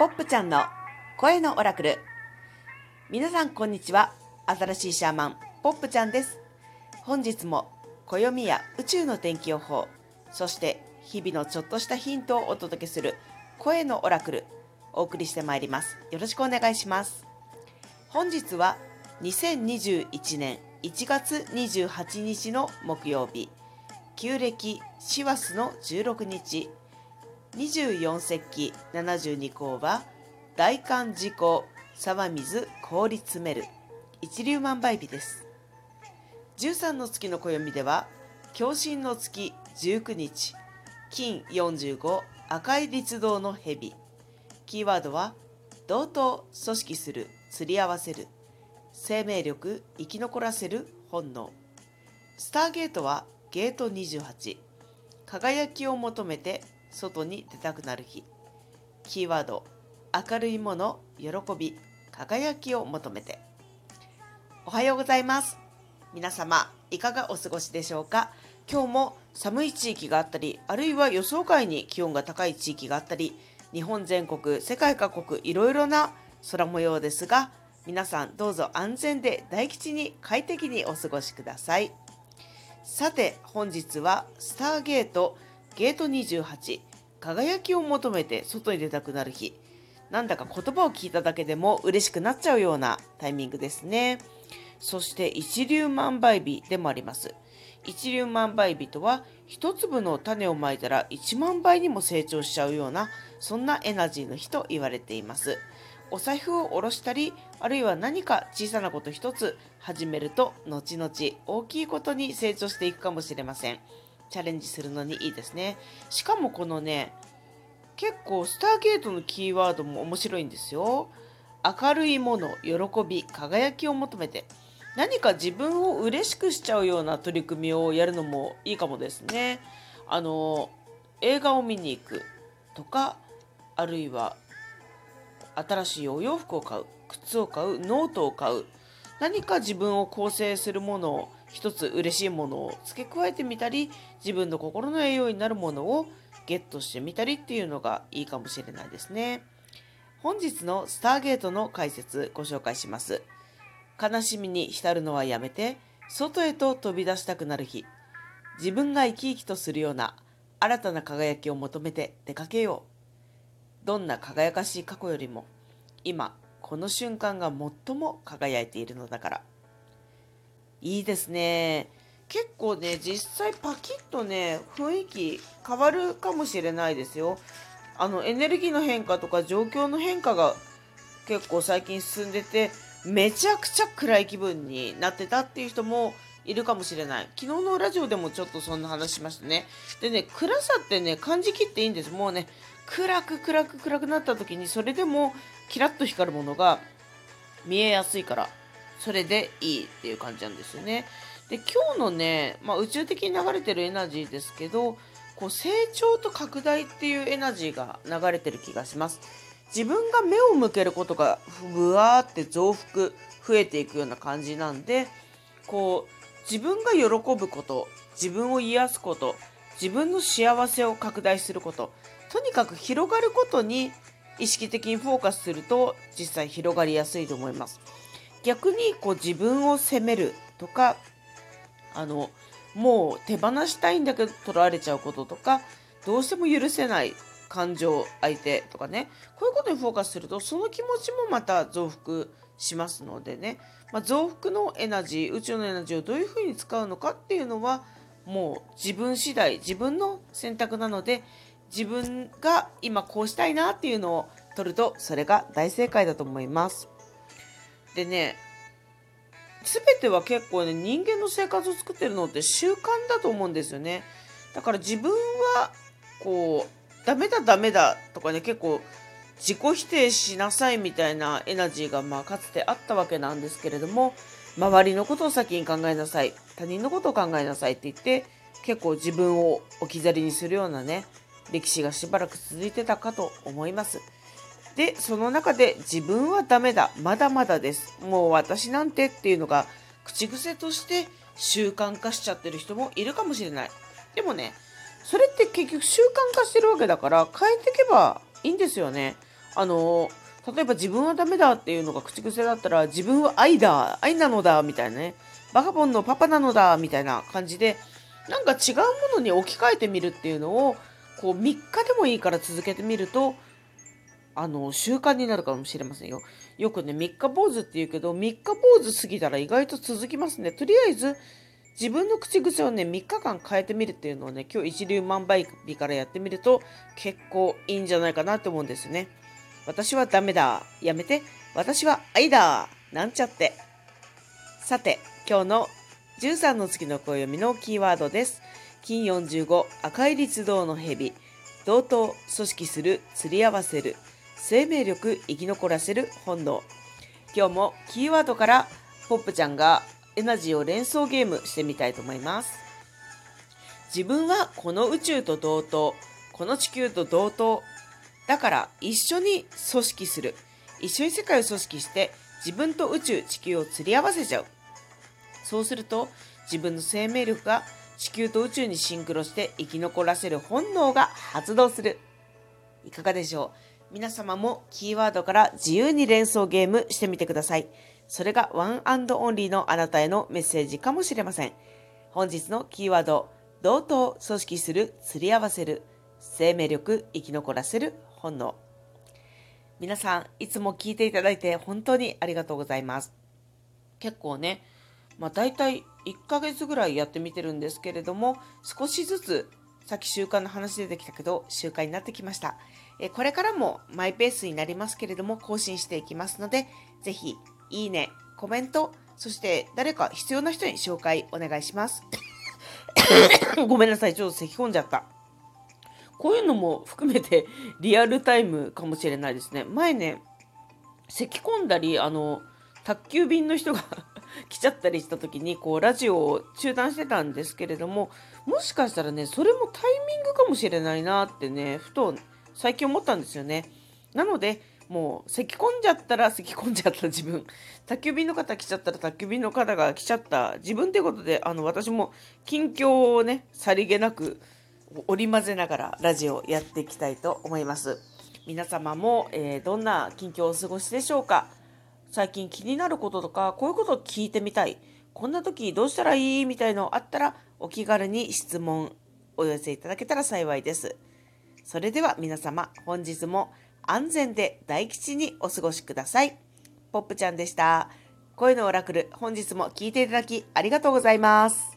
ポップちゃんの声のオラクル。皆さんこんにちは。新しいシャーマンポップちゃんです。本日も暦や宇宙の天気予報、そして日々のちょっとしたヒントをお届けする声のオラクル、お送りしてまいります。よろしくお願いします。本日は2021年1月28日の木曜日、旧暦師走の16日、24節気72項は大寒時効、沢水氷詰める、一粒万倍日です。13の月の暦では共振の月19日、金45、赤い律動の蛇。キーワードは同等、組織する、釣り合わせる、生命力、生き残らせる本能。スターゲートはゲート28、輝きを求めて外に出たくなる日。キーワード、明るいもの、喜び、輝きを求めて。おはようございます。皆様いかがお過ごしでしょうか。今日も寒い地域があったり、あるいは予想外に気温が高い地域があったり、日本全国、世界各国いろいろな空模様ですが、皆さんどうぞ安全で大吉に快適にお過ごしください。さて本日はスターゲートゲート28、輝きを求めて外に出たくなる日。なんだか言葉を聞いただけでも嬉しくなっちゃうようなタイミングですね。そして一粒万倍日でもあります。一粒万倍日とは、一粒の種をまいたら1万倍にも成長しちゃうような、そんなエナジーの日と言われています。お財布を下ろしたり、あるいは何か小さなこと一つ始めると、後々大きいことに成長していくかもしれません。チャレンジするのにいいですね。しかもこのね、結構スターゲートのキーワードも面白いんですよ。明るいもの、喜び、輝きを求めて。何か自分を嬉しくしちゃうような取り組みをやるのもいいかもですね。映画を見に行くとか、あるいは新しいお洋服を買う、靴を買う、ノートを買う、何か自分を構成するものを一つ嬉しいものを付け加えてみたり、自分の心の栄養になるものをゲットしてみたりっていうのがいいかもしれないですね。本日のスターゲートの解説ご紹介します。悲しみに浸るのはやめて、外へと飛び出したくなる日。自分が生き生きとするような新たな輝きを求めて出かけよう。どんな輝かしい過去よりも、今この瞬間が最も輝いているのだから。いいですね。結構ね、実際パキッとね、雰囲気変わるかもしれないですよ。エネルギーの変化とか状況の変化が結構最近進んでて、めちゃくちゃ暗い気分になってたっていう人もいるかもしれない。昨日のラジオでもちょっとそんな話しましたね。でね、暗さってね、感じきっていいんです。もうね、暗くなった時に、それでもキラッと光るものが見えやすいから、それでいいっていう感じなんですよね。で、今日のね、宇宙的に流れてるエナジーですけど、こう成長と拡大っていうエナジーが流れてる気がします。自分が目を向けることがぶわーって増幅、増えていくような感じなんで、こう自分が喜ぶこと、自分を癒すこと、自分の幸せを拡大すること、とにかく広がることに意識的にフォーカスすると、実際広がりやすいと思います。逆にこう自分を責めるとか、もう手放したいんだけど取られちゃうこととか、どうしても許せない感情、相手とかね、こういうことにフォーカスすると、その気持ちもまた増幅しますのでね、増幅のエナジー、宇宙のエナジーをどういうふうに使うのかっていうのは、もう自分次第、自分の選択なので、自分が今こうしたいなっていうのを取ると、それが大正解だと思います。でね、全ては結構ね、人間の生活を作ってるのって習慣だと思うんですよね。だから自分はこうダメだとかね、結構自己否定しなさいみたいなエナジーがかつてあったわけなんですけれども、周りのことを先に考えなさい、他人のことを考えなさいって言って、結構自分を置き去りにするようなね、歴史がしばらく続いてたかと思います。で、その中で自分はダメだ、まだまだです、もう私なんてっていうのが口癖として習慣化しちゃってる人もいるかもしれない。でもね、それって結局習慣化してるわけだから、変えていけばいいんですよね。 例えば自分はダメだっていうのが口癖だったら、自分は愛だ、愛なのだ、みたいなね。バカボンのパパなのだ、みたいな感じで、なんか違うものに置き換えてみるっていうのを、こう3日でもいいから続けてみると、習慣になるかもしれませんよ。よくね、3日坊主って言うけど、3日坊主過ぎたら意外と続きますね。とりあえず、自分の口癖をね、3日間変えてみるっていうのをね、今日一粒万倍日からやってみると、結構いいんじゃないかなと思うんですね。私はダメだ。やめて。私は愛だ。なんちゃって。さて、今日の13の月の暦のキーワードです。金45、赤い律動の蛇。同等、組織する、釣り合わせる。生命力、生き残らせる、本能。今日もキーワードからポップちゃんがエナジーを連想ゲームしてみたいと思います。自分はこの宇宙と同等、この地球と同等。だから一緒に組織する。一緒に世界を組織して自分と宇宙、地球を釣り合わせちゃう。そうすると自分の生命力が地球と宇宙にシンクロして生き残らせる本能が発動する。いかがでしょう？皆様もキーワードから自由に連想ゲームしてみてください。それがワンアンドオンリーのあなたへのメッセージかもしれません。本日のキーワード、同等、組織する、釣り合わせる、生命力、生き残らせる、本能。皆さん、いつも聞いていただいて本当にありがとうございます。結構ね、だいたい1ヶ月ぐらいやってみてるんですけれども、少しずつ、さっき習慣の話出てきたけど、習慣になってきました。これからもマイペースになりますけれども、更新していきますので、ぜひ、いいね、コメント、そして誰か必要な人に紹介お願いします。ごめんなさい、ちょっと咳込んじゃった。こういうのも含めてリアルタイムかもしれないですね。前ね、咳込んだり、宅急便の人が来ちゃったりした時に、こう、ラジオを中断してたんですけれども、もしかしたらね、それもタイミングかもしれないなってね、ふと最近思ったんですよね。なので、もう、咳込んじゃったら咳込んじゃった自分。宅急便の方来ちゃったら宅急便の方が来ちゃった自分ということで、私も近況をね、さりげなく織り交ぜながらラジオをやっていきたいと思います。皆様も、どんな近況をお過ごしでしょうか？最近気になることとか、こういうことを聞いてみたい。こんな時どうしたらいいみたいのあったら、お気軽に質問お寄せいただけたら幸いです。それでは皆様、本日も安全で大吉にお過ごしください。ポップちゃんでした。声のオラクル、本日も聞いていただきありがとうございます。